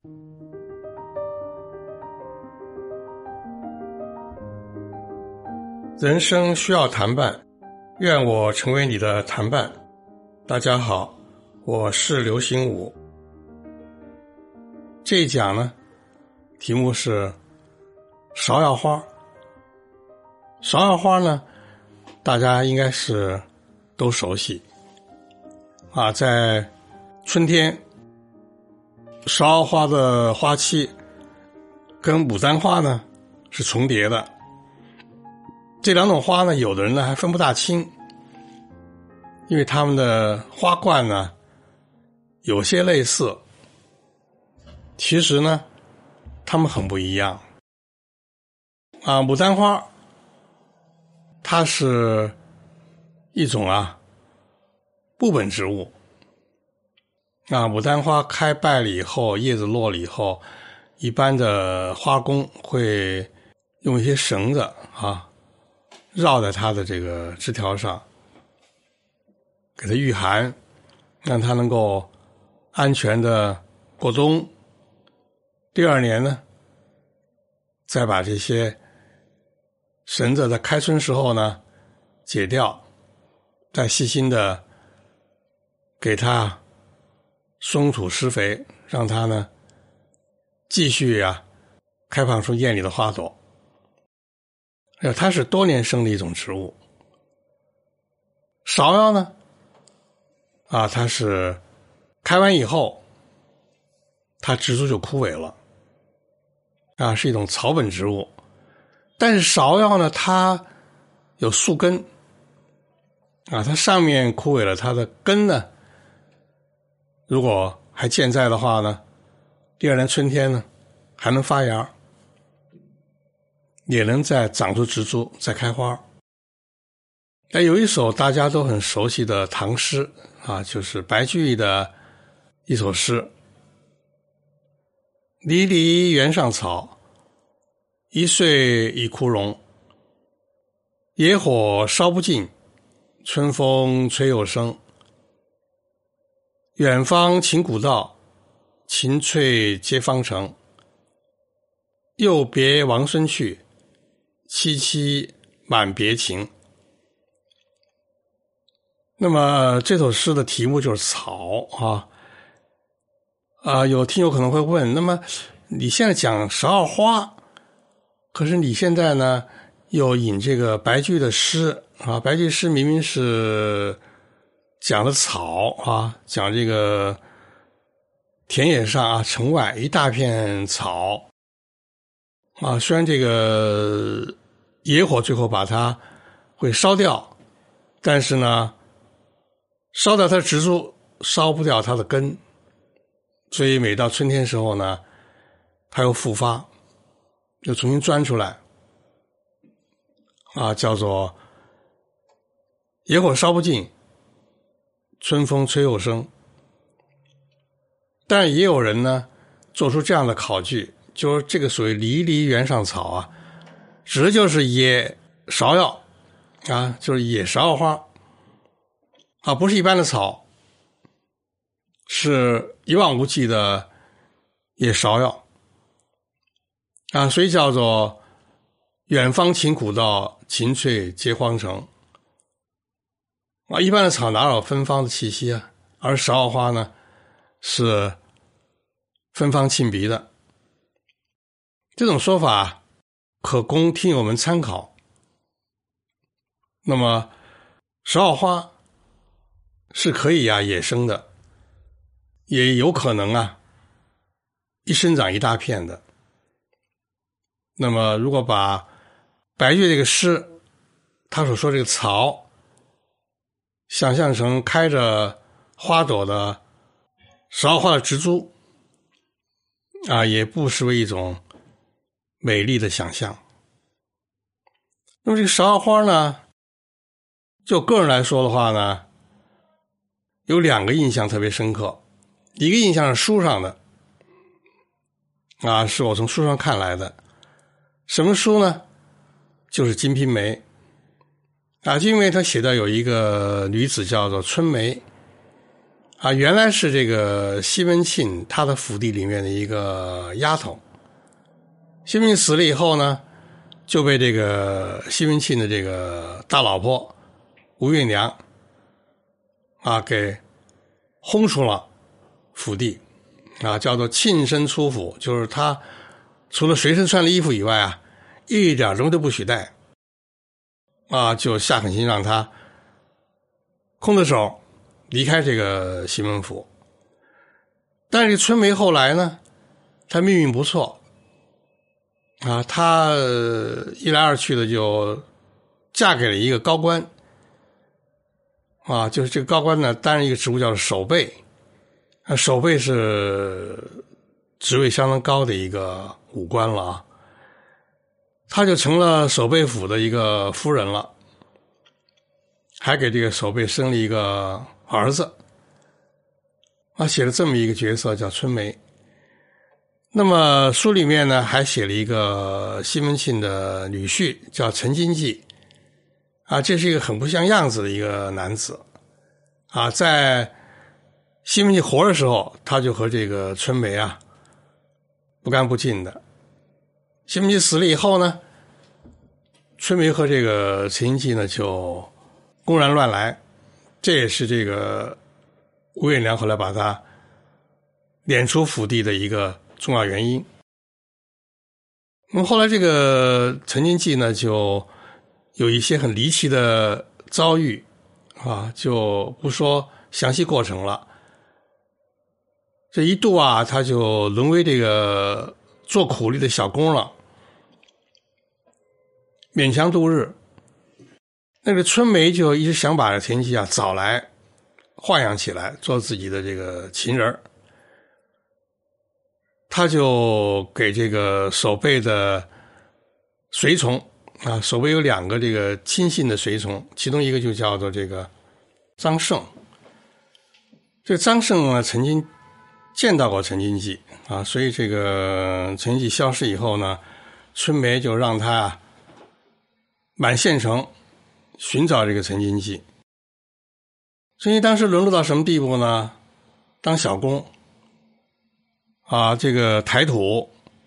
人生需要谈伴，愿我成为你的谈伴。大家好，我是刘兴武。这一讲呢，题目是芍药花。芍药花呢，大家应该是都熟悉在春天，芍药花的花期跟牡丹花呢是重叠的。这两种花呢，有的人呢还分不大清，因为它们的花冠呢有些类似，其实呢它们很不一样。牡丹花它是一种部本植物。牡丹花开败了以后，叶子落了以后，一般的花工会用一些绳子绕在它的这个枝条上，给它御寒，让它能够安全的过冬。第二年呢，再把这些绳子在开春时候呢解掉，再细心的给它松土施肥，让它呢继续开放出艳丽的花朵。它是多年生的一种植物。芍药呢它是开完以后它植株就枯萎了是一种草本植物。但是芍药呢，它有树根它上面枯萎了，它的根呢如果还健在的话呢，第二年春天呢还能发芽，也能再长出植株，再开花。有一首大家都很熟悉的唐诗就是白居易的一首诗：离离原上草，一岁一枯荣。野火烧不尽，春风吹又生。远芳侵古道，晴翠接方城。又别王孙去，萋萋满别情。那么这首诗的题目就是草有听友可能会问，那么你现在讲芍药花，可是你现在呢又引这个白居易的诗白居易诗明明是讲的草讲这个田野上城外一大片草虽然这个野火最后把它会烧掉，但是呢烧掉它的植株，烧不掉它的根，所以每到春天时候呢它又复发，又重新钻出来叫做野火烧不尽，春风吹又生。但也有人呢做出这样的考据，就是这个属于离离原上草指的就是野芍药就是野芍药花不是一般的草，是一望无际的野芍药所以叫做远芳侵古道，晴翠接荒城一般的草哪有芬芳的气息而芍药花呢是芬芳沁鼻的。这种说法可供听友们参考。那么芍药花是可以野生的，也有可能一生长一大片的。那么如果把白居易这个诗他所说这个草想象成开着花朵的芍药花的植株也不失为一种美丽的想象。那么这个芍药花呢，就个人来说的话呢，有两个印象特别深刻。一个印象是书上的是我从书上看来的。什么书呢？就是《金瓶梅》金瓶梅它写的有一个女子叫做春梅原来是这个西门庆他的府邸里面的一个丫头。西门庆死了以后呢，就被这个西门庆的这个大老婆吴月娘给轰出了府邸叫做庆生出府，就是他除了随身穿的衣服以外一点东西都不许带就下狠心让他空着手离开这个西门府。但是这个春梅后来呢，她命运不错她一来二去的就嫁给了一个高官就是这个高官呢担任一个职务叫做守备守备是职位相当高的一个武官了他就成了守备府的一个夫人了，还给这个守备生了一个儿子写了这么一个角色叫春梅。那么书里面呢还写了一个西门庆的女婿叫陈经济这是一个很不像样子的一个男子在西门庆活的时候他就和这个春梅不干不净的。西门庆死了以后呢，春梅和这个陈经济呢就公然乱来，这也是这个吴月娘后来把他撵出府邸的一个重要原因。那么后来这个陈经济呢就有一些很离奇的遭遇就不说详细过程了。这一度他就沦为这个做苦力的小工了，勉强度日。那个春梅就一直想把陈经济找来豢养起来做自己的这个情人，他就给这个守备的随从守备有2个这个亲信的随从，其中一个就叫做这个张胜。这个张胜呢曾经见到过陈经济所以这个陈经济消失以后呢，春梅就让他满县城寻找这个陈经济。陈经济当时沦落到什么地步呢？当小工这个抬土，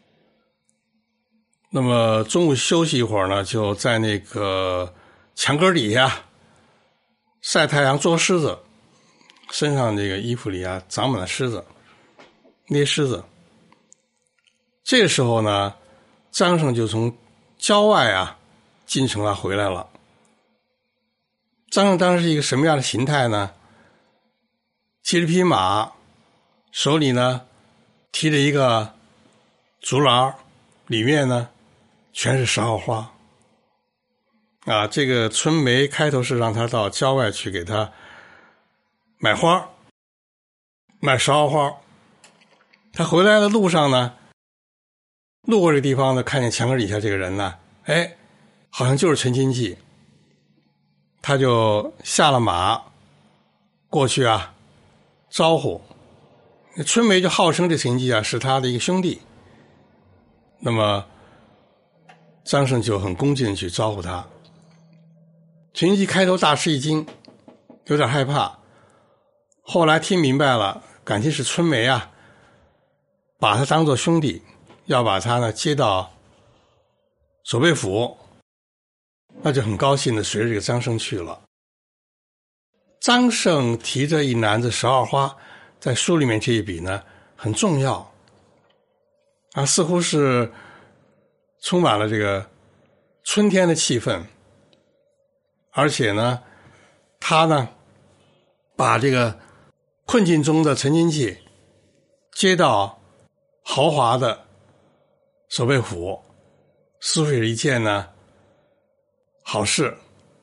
那么中午休息一会儿呢，就在那个墙根底下晒太阳做虱子，身上这个衣服里长满了虱子，捏虱子。这个时候呢，张胜就从郊外进城回来了。张胜当时是一个什么样的形态呢？骑着匹马，手里呢提着一个竹篮，里面呢全是10号花这个春梅开头是让他到郊外去给他买花，买10号花。他回来的路上呢，路过这个地方呢，看见墙根底下这个人呢，好像就是陈经济。他就下了马过去招呼。春梅就号称这陈经济是他的一个兄弟。那么张胜就很恭敬地去招呼他。陈经济开头大吃一惊，有点害怕，后来听明白了，感情是春梅把他当作兄弟，要把他呢接到守备府，那就很高兴的随着这个张胜去了。张胜提着一篮子10号花，在书里面这一笔呢很重要似乎是充满了这个春天的气氛。而且呢他呢把这个困境中的陈经济接到豪华的守备府，似乎是一件呢好事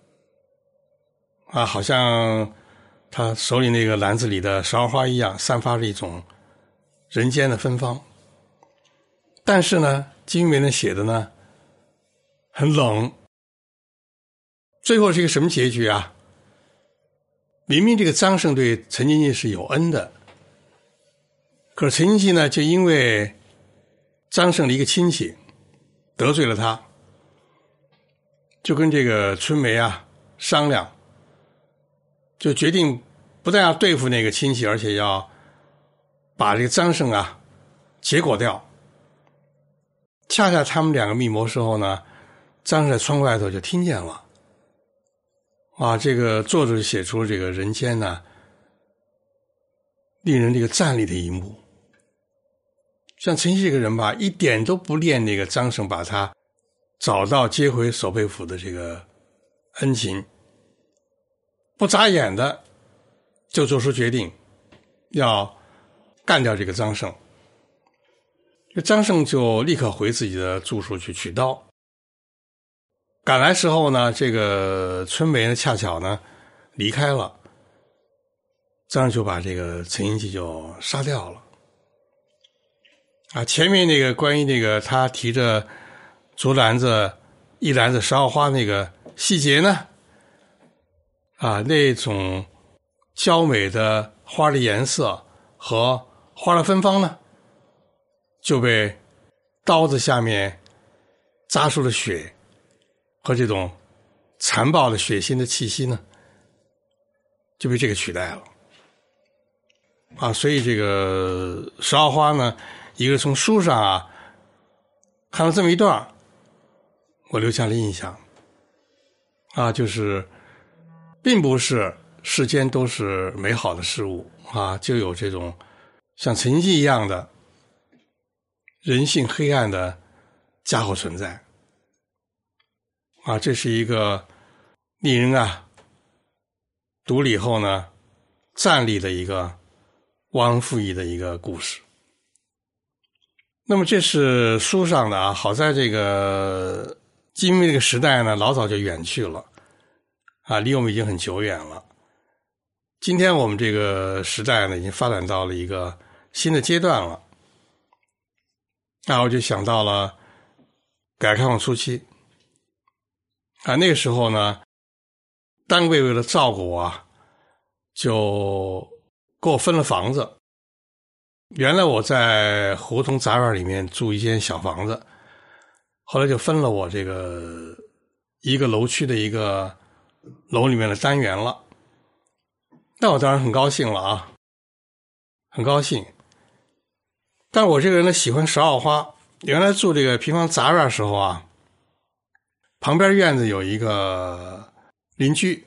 好像他手里那个篮子里的10号花一样，散发着一种人间的芬芳。但是呢金庸人写的呢很冷。最后是一个什么结局明明这个张胜对陈经济是有恩的，可是陈经济呢就因为张胜的一个亲戚得罪了他，就跟这个春梅商量，就决定不但要对付那个亲戚，而且要把这个张胜啊结果掉。恰恰他们两个密谋时候呢，张胜在窗外头就听见了。这个作者写出这个人间呢，令人这个战栗的一幕。像陈曦这个人吧，一点都不恋那个张胜把他找到接回守备府的这个恩情，不眨眼的就做出决定要干掉这个张胜。这张胜就立刻回自己的住处去取刀。赶来时候呢，这个春梅呢恰巧呢离开了，张胜就把这个陈寅恪就杀掉了。前面那个关于那个他提着竹篮子一篮子芍药花那个细节呢，那种娇美的花的颜色和花的芬芳呢，就被刀子下面扎出了血和这种残暴的血腥的气息呢，就被这个取代了。所以这个芍药花呢，一个从书上看了这么一段，我留下了印象就是并不是世间都是美好的事物就有这种像陈寅恪一样的人性黑暗的家伙存在这是一个令人读了以后呢战栗的一个忘恩负义的一个故事。那么这是书上的好在这个金明这个时代呢老早就远去了离我们已经很久远了。今天我们这个时代呢已经发展到了一个新的阶段了我就想到了改革开放初期那个时候呢单位为了照顾我就给我分了房子。原来我在胡同杂院里面住一间小房子，后来就分了我这个一个楼区的一个楼里面的单元了。那我当然很高兴了很高兴。但我这个人呢喜欢芍药花，原来住这个平房杂院的时候旁边院子有一个邻居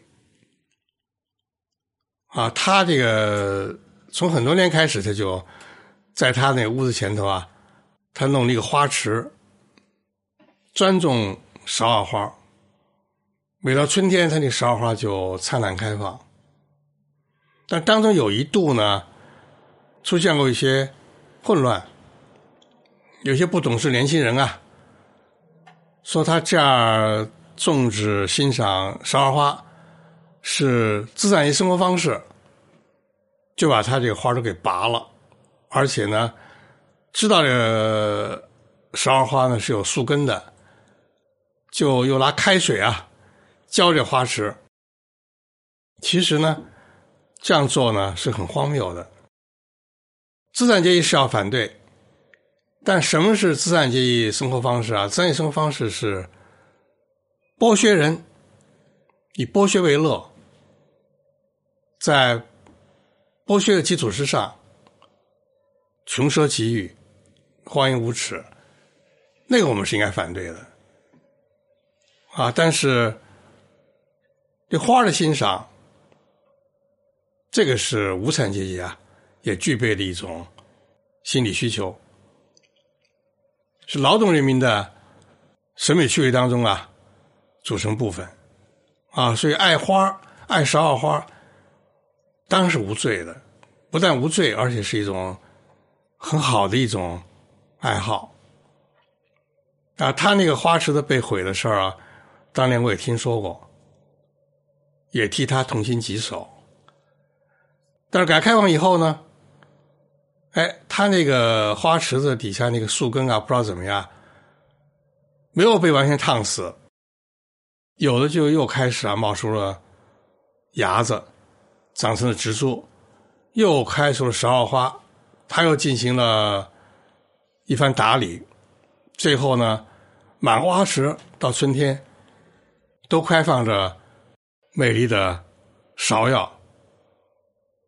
他这个从很多年开始他就在他那个屋子前头他弄了一个花池，专种芍药花。每到春天他那芍药花就灿烂开放。但当中有一度呢出现过一些混乱，有些不懂事年轻人说他这样种植欣赏芍药花是资产阶级生活方式，就把他这个花都给拔了。而且呢知道这个芍药花呢是有树根的，就又拿开水浇这花池。其实呢这样做呢是很荒谬的。资产阶级是要反对，但什么是资产阶级生活方式资产阶级生活方式是剥削人，以剥削为乐，在剥削的基础之上穷奢极欲，荒淫无耻，那个我们是应该反对的但是对花的欣赏，这个是无产阶级也具备的一种心理需求，是劳动人民的审美趣味当中组成部分所以爱花爱芍药花当然是无罪的，不但无罪，而且是一种很好的一种爱好他那个花池子被毁的事儿当年我也听说过，也替他痛心疾首。但是改革开放以后呢他那个花池子底下那个树根不知道怎么样，没有被完全烫死，有的就又开始冒出了芽子，长成了植株，又开出了芍药花，他又进行了一番打理，最后呢满花池到春天都开放着美丽的芍药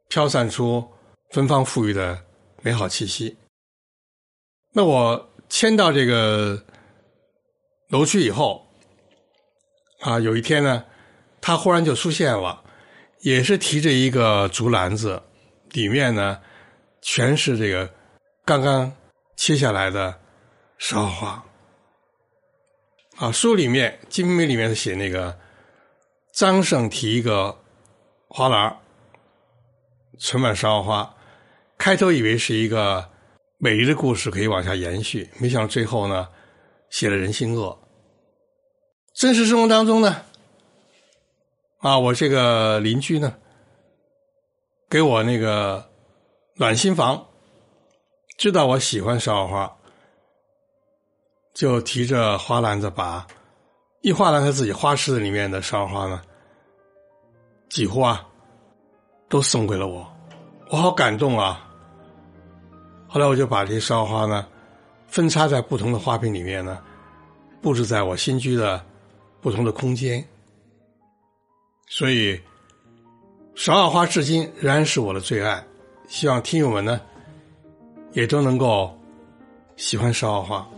飘散出芬芳馥郁的美好气息。那我迁到这个楼区以后有一天呢，他忽然就出现了，也是提着一个竹篮子，里面呢全是这个刚刚切下来的芍药花书里面《金瓶梅》里面写那个张胜提一个花篮盛满芍药花，开头以为是一个美丽的故事可以往下延续，没想到最后呢写了人心恶。真实生活当中呢我这个邻居呢给我那个暖心房，知道我喜欢芍药花，就提着花篮子把一花篮他自己花池子里面的芍药花呢几乎都送给了我，我好感动啊。后来我就把这些芍药花呢分插在不同的花瓶里面呢，布置在我新居的不同的空间。所以芍药花至今仍然是我的最爱，希望听友们呢也都能够喜欢芍药花。